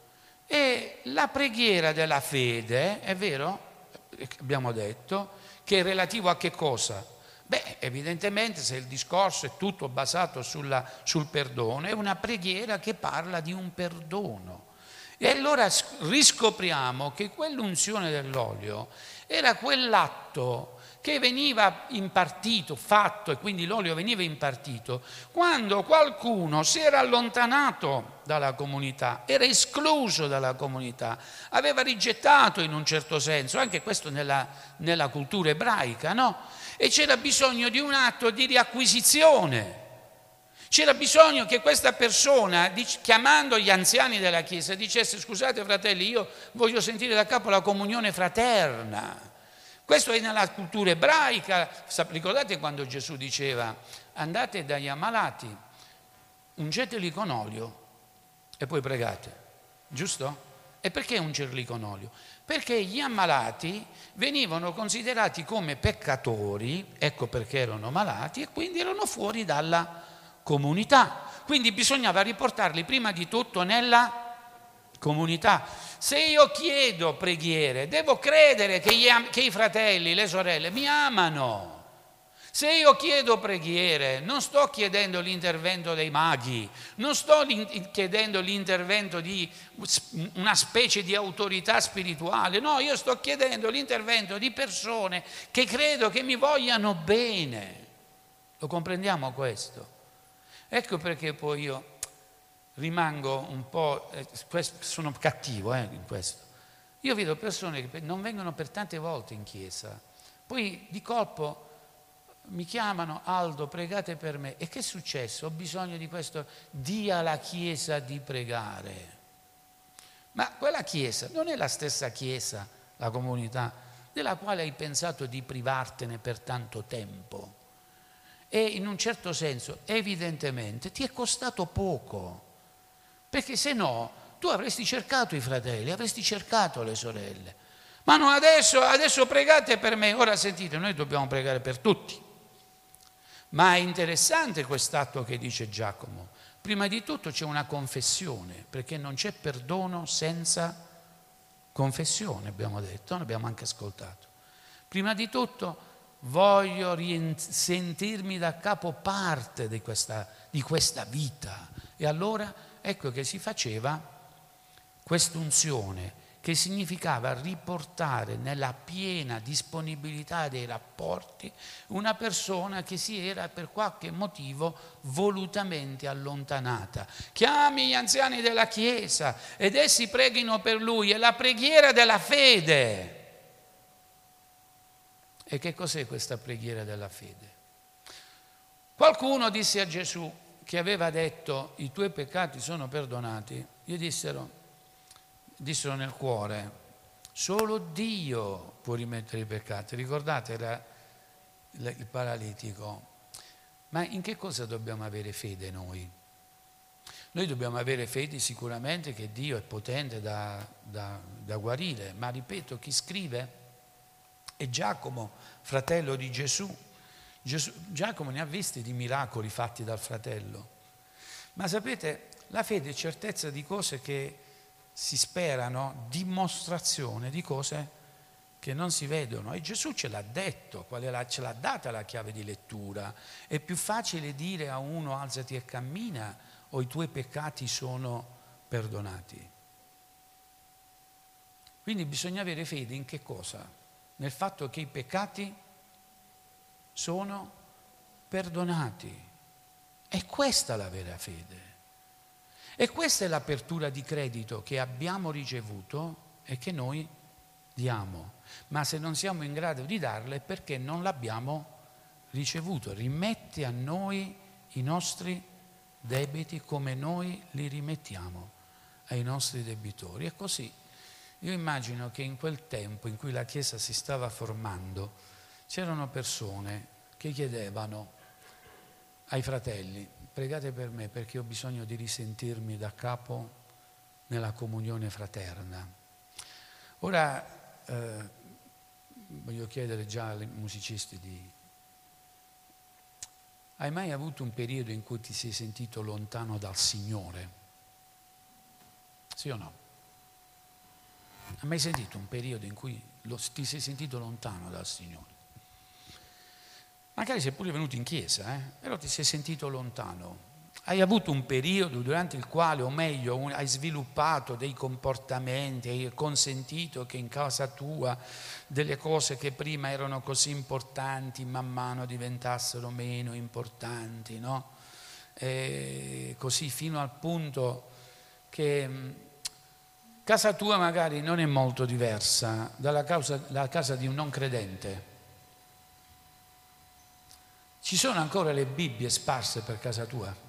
E la preghiera della fede, è vero, abbiamo detto, che è relativo a che cosa? Beh, evidentemente se il discorso è tutto basato sul perdono, è una preghiera che parla di un perdono. E allora riscopriamo che quell'unzione dell'olio era quell'atto che veniva impartito, fatto, e quindi l'olio veniva impartito quando qualcuno si era allontanato dalla comunità, era escluso dalla comunità, aveva rigettato in un certo senso, anche questo nella cultura ebraica, no? E c'era bisogno di un atto di riacquisizione. C'era bisogno che questa persona, chiamando gli anziani della Chiesa, dicesse: scusate fratelli, io voglio sentire da capo la comunione fraterna. Questo è nella cultura ebraica. Ricordate quando Gesù diceva: andate dagli ammalati, ungeteli con olio e poi pregate, giusto? E perché ungerli con olio? Perché gli ammalati venivano considerati come peccatori, ecco perché erano malati, e quindi erano fuori dalla comunità. Quindi bisognava riportarli prima di tutto nella comunità. Se io chiedo preghiere, devo credere che i fratelli, le sorelle mi amano. Se io chiedo preghiere, non sto chiedendo l'intervento dei maghi, non sto chiedendo l'intervento di una specie di autorità spirituale, no, io sto chiedendo l'intervento di persone che credo che mi vogliano bene. Lo comprendiamo questo? Ecco perché poi io rimango un po', sono cattivo in questo. Io vedo persone che non vengono per tante volte in chiesa, poi di colpo mi chiamano: Aldo, pregate per me. E che è successo? Ho bisogno di questo. Dia alla Chiesa di pregare. Ma quella Chiesa non è la stessa Chiesa, la comunità, della quale hai pensato di privartene per tanto tempo. E in un certo senso, evidentemente, ti è costato poco. Perché se no, tu avresti cercato i fratelli, avresti cercato le sorelle. Ma no, adesso pregate per me. Ora sentite, noi dobbiamo pregare per tutti. Ma è interessante quest'atto che dice Giacomo. Prima di tutto c'è una confessione, perché non c'è perdono senza confessione, abbiamo detto, abbiamo anche ascoltato. Prima di tutto voglio sentirmi da capo parte di questa vita. E allora ecco che si faceva quest'unzione, che significava riportare nella piena disponibilità dei rapporti una persona che si era per qualche motivo volutamente allontanata. Chiami gli anziani della Chiesa ed essi preghino per lui, è la preghiera della fede. E che cos'è questa preghiera della fede? Qualcuno disse a Gesù, che aveva detto: i tuoi peccati sono perdonati, gli dissero nel cuore: solo Dio può rimettere i peccati. Ricordate, era il paralitico. Ma in che cosa dobbiamo avere fede noi? Noi dobbiamo avere fede sicuramente che Dio è potente da guarire, ma ripeto, chi scrive è Giacomo, fratello di Gesù. Giacomo ne ha visti di miracoli fatti dal fratello. Ma sapete, la fede è certezza di cose che si sperano, dimostrazione di cose che non si vedono. E Gesù ce l'ha detto, ce l'ha data la chiave di lettura. È più facile dire a uno: alzati e cammina, o i tuoi peccati sono perdonati. Quindi bisogna avere fede in che cosa? Nel fatto che i peccati sono perdonati. È questa la vera fede. E questa è l'apertura di credito che abbiamo ricevuto e che noi diamo, ma se non siamo in grado di darle è perché non l'abbiamo ricevuto. Rimetti a noi i nostri debiti come noi li rimettiamo ai nostri debitori. E così io immagino che in quel tempo in cui la Chiesa si stava formando c'erano persone che chiedevano ai fratelli: pregate per me perché ho bisogno di risentirmi da capo nella comunione fraterna. Ora voglio chiedere già ai musicisti hai mai avuto un periodo in cui ti sei sentito lontano dal Signore? Sì o no? Hai mai sentito un periodo in cui ti sei sentito lontano dal Signore? Magari sei pure venuto in chiesa, però ti sei sentito lontano. Hai avuto un periodo durante il quale, o meglio, hai sviluppato dei comportamenti, hai consentito che in casa tua delle cose che prima erano così importanti man mano diventassero meno importanti, no? E così fino al punto che casa tua magari non è molto diversa dalla casa di un non credente. Ci sono ancora le Bibbie sparse per casa tua?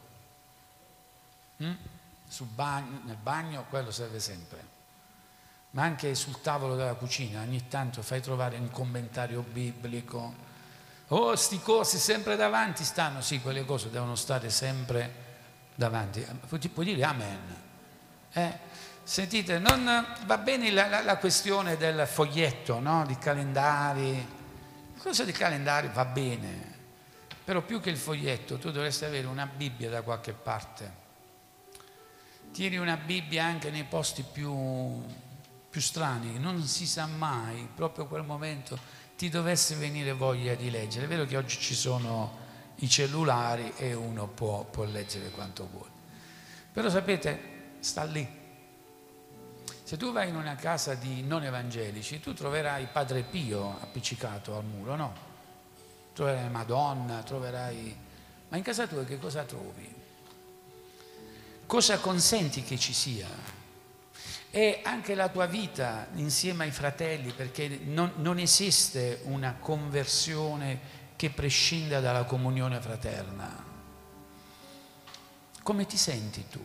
Nel bagno quello serve sempre, ma anche sul tavolo della cucina ogni tanto fai trovare un commentario biblico. Oh, sti cosi sempre davanti stanno. Sì, quelle cose devono stare sempre davanti. Puoi dire amen? Sentite, non va bene la questione del foglietto, no? Di calendari, la cosa di calendari va bene, però più che il foglietto tu dovresti avere una Bibbia da qualche parte. Tieni una Bibbia anche nei posti più strani, non si sa mai, proprio quel momento ti dovesse venire voglia di leggere. È vero che oggi ci sono i cellulari e uno può leggere quanto vuole, però sapete, sta lì. Se tu vai in una casa di non evangelici, tu troverai Padre Pio appiccicato al muro, no? Troverai Madonna, ma in casa tua che cosa trovi? Cosa consenti che ci sia? E anche la tua vita insieme ai fratelli, perché non esiste una conversione che prescinda dalla comunione fraterna. Come ti senti tu?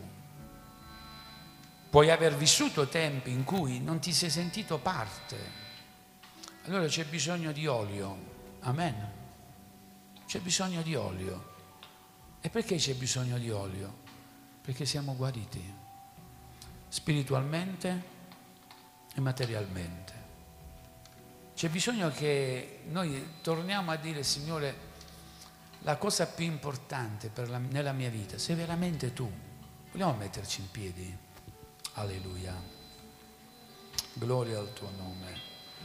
Puoi aver vissuto tempi in cui non ti sei sentito parte. Allora c'è bisogno di olio. Amen. C'è bisogno di olio. E perché c'è bisogno di olio? Perché siamo guariti spiritualmente e materialmente. C'è bisogno che noi torniamo a dire: Signore, la cosa più importante nella mia vita sei veramente tu. Vogliamo metterci in piedi? Alleluia, gloria al tuo nome,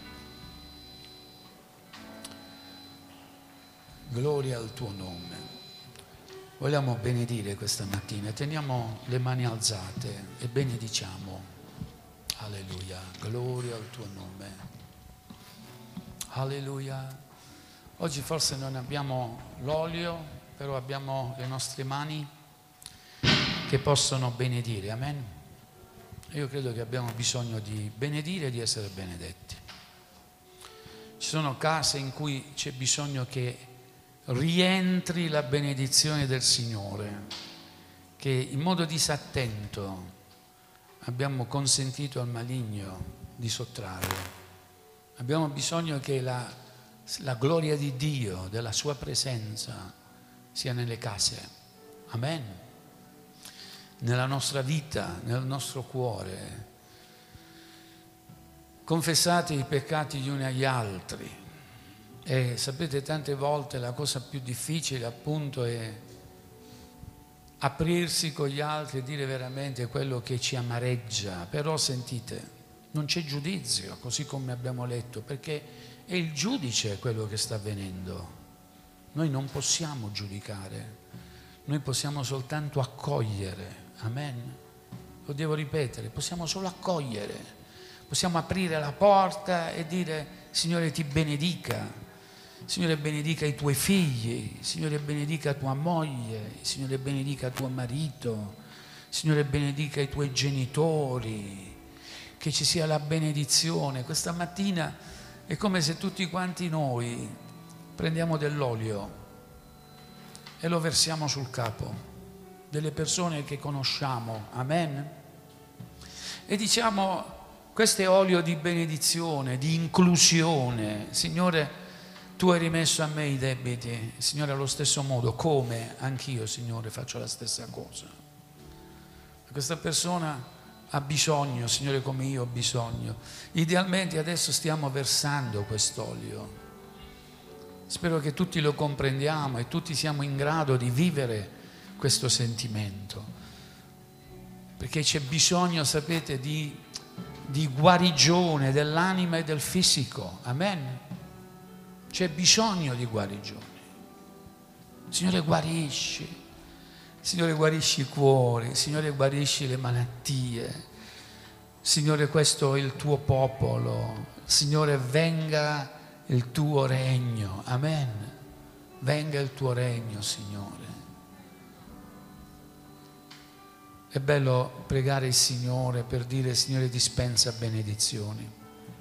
gloria al tuo nome. Vogliamo benedire questa mattina, teniamo le mani alzate e benediciamo. Alleluia, gloria al tuo nome. Alleluia. Oggi forse non abbiamo l'olio, però abbiamo le nostre mani che possono benedire, amen. Io credo che abbiamo bisogno di benedire e di essere benedetti. Ci sono case in cui c'è bisogno che rientri la benedizione del Signore, che in modo disattento abbiamo consentito al maligno di sottrarre. Abbiamo bisogno che la gloria di Dio, della sua presenza, sia nelle case. Amen. Nella nostra vita, nel nostro cuore. Confessate i peccati gli uni agli altri. E sapete, tante volte la cosa più difficile appunto è aprirsi con gli altri e dire veramente quello che ci amareggia. Però sentite, non c'è giudizio, così come abbiamo letto, perché è il giudice quello che sta avvenendo. Noi non possiamo giudicare, noi possiamo soltanto accogliere. Amen. Lo devo ripetere, possiamo solo accogliere, possiamo aprire la porta e dire: Signore ti benedica, Signore benedica i tuoi figli, Signore benedica tua moglie, Signore benedica tuo marito, Signore benedica i tuoi genitori, che ci sia la benedizione. Questa mattina è come se tutti quanti noi prendiamo dell'olio e lo versiamo sul capo delle persone che conosciamo, amen? E diciamo: questo è olio di benedizione, di inclusione. Signore, tu hai rimesso a me i debiti, Signore, allo stesso modo, come anch'io, Signore, faccio la stessa cosa. Questa persona ha bisogno, Signore, come io ho bisogno. Idealmente adesso stiamo versando quest'olio. Spero che tutti lo comprendiamo e tutti siamo in grado di vivere questo sentimento, perché c'è bisogno, sapete, di guarigione dell'anima e del fisico, amen? C'è bisogno di guarigione. Signore, guarisci. Signore, guarisci i cuori. Signore, guarisci le malattie. Signore, questo è il tuo popolo. Signore, venga il tuo regno, amen? Venga il tuo regno, Signore. È bello pregare il Signore per dire: Signore, dispensa benedizioni.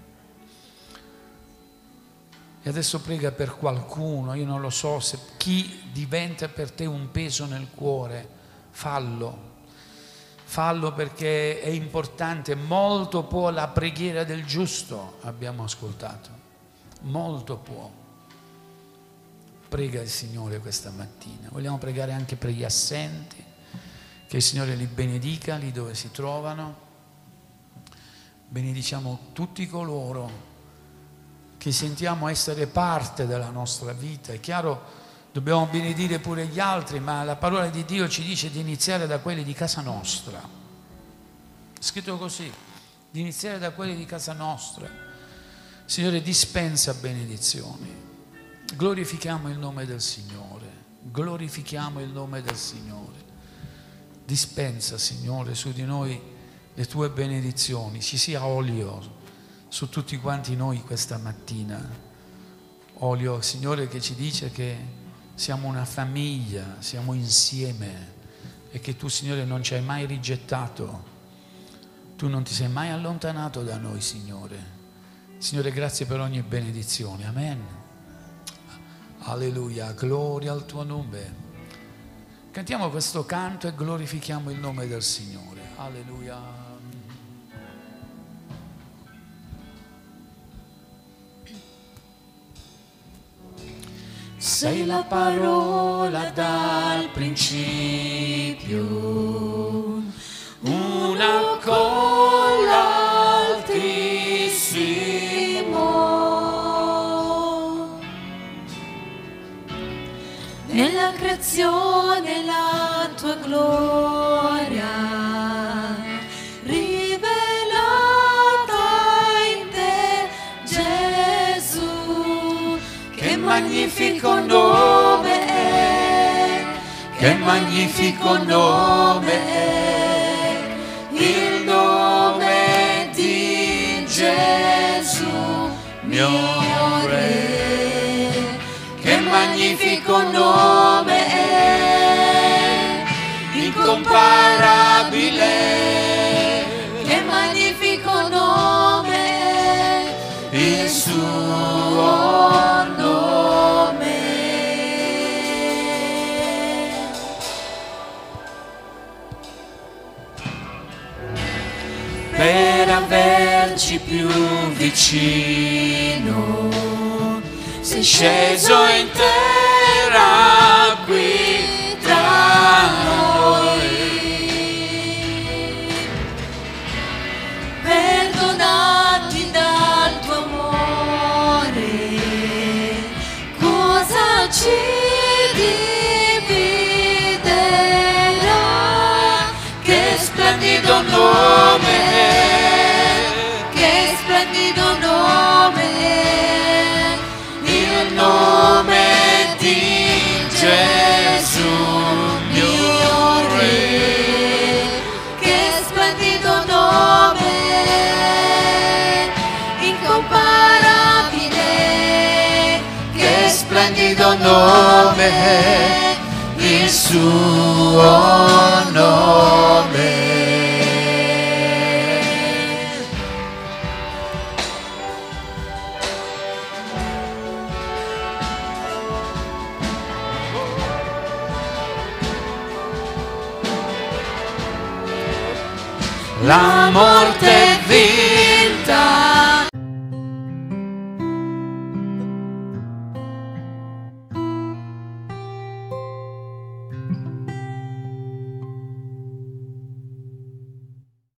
E adesso prega per qualcuno, io non lo so, se chi diventa per te un peso nel cuore, fallo perché è importante. Molto può la preghiera del giusto, abbiamo ascoltato, molto può. Prega il Signore questa mattina. Vogliamo pregare anche per gli assenti, che il Signore li benedica lì dove si trovano. Benediciamo tutti coloro che sentiamo essere parte della nostra vita. È chiaro, dobbiamo benedire pure gli altri, ma la parola di Dio ci dice di iniziare da quelli di casa nostra. È scritto così, di iniziare da quelli di casa nostra. Signore, dispensa benedizioni. Glorifichiamo il nome del Signore. Glorifichiamo il nome del Signore. Dispensa, Signore, su di noi le tue benedizioni. Ci sia olio su tutti quanti noi questa mattina. Olio, Signore, che ci dice che siamo una famiglia, siamo insieme e che tu, Signore, non ci hai mai rigettato. Tu non ti sei mai allontanato da noi, Signore. Signore, grazie per ogni benedizione. Amen. Alleluia, gloria al tuo nome. Cantiamo questo canto e glorifichiamo il nome del Signore. Alleluia. Sei la parola dal principio, una con l'Altissimo. Nella creazione la tua gloria rivelata in te, Gesù. Che magnifico nome è, che magnifico nome è, il nome di Gesù, mio Re. Che magnifico nome è, incomparabile. Che magnifico nome è, il suo nome. Per averci più vicino sei sceso in terra qui tra noi. Perdonati dal tuo amore, cosa ci dividerà? Che splendido nome è, che splendido nome è, il nome di Gesù, mio Re. Che splendido nome è, incomparabile. Che splendido nome è, il suo nome. la morte è vinta,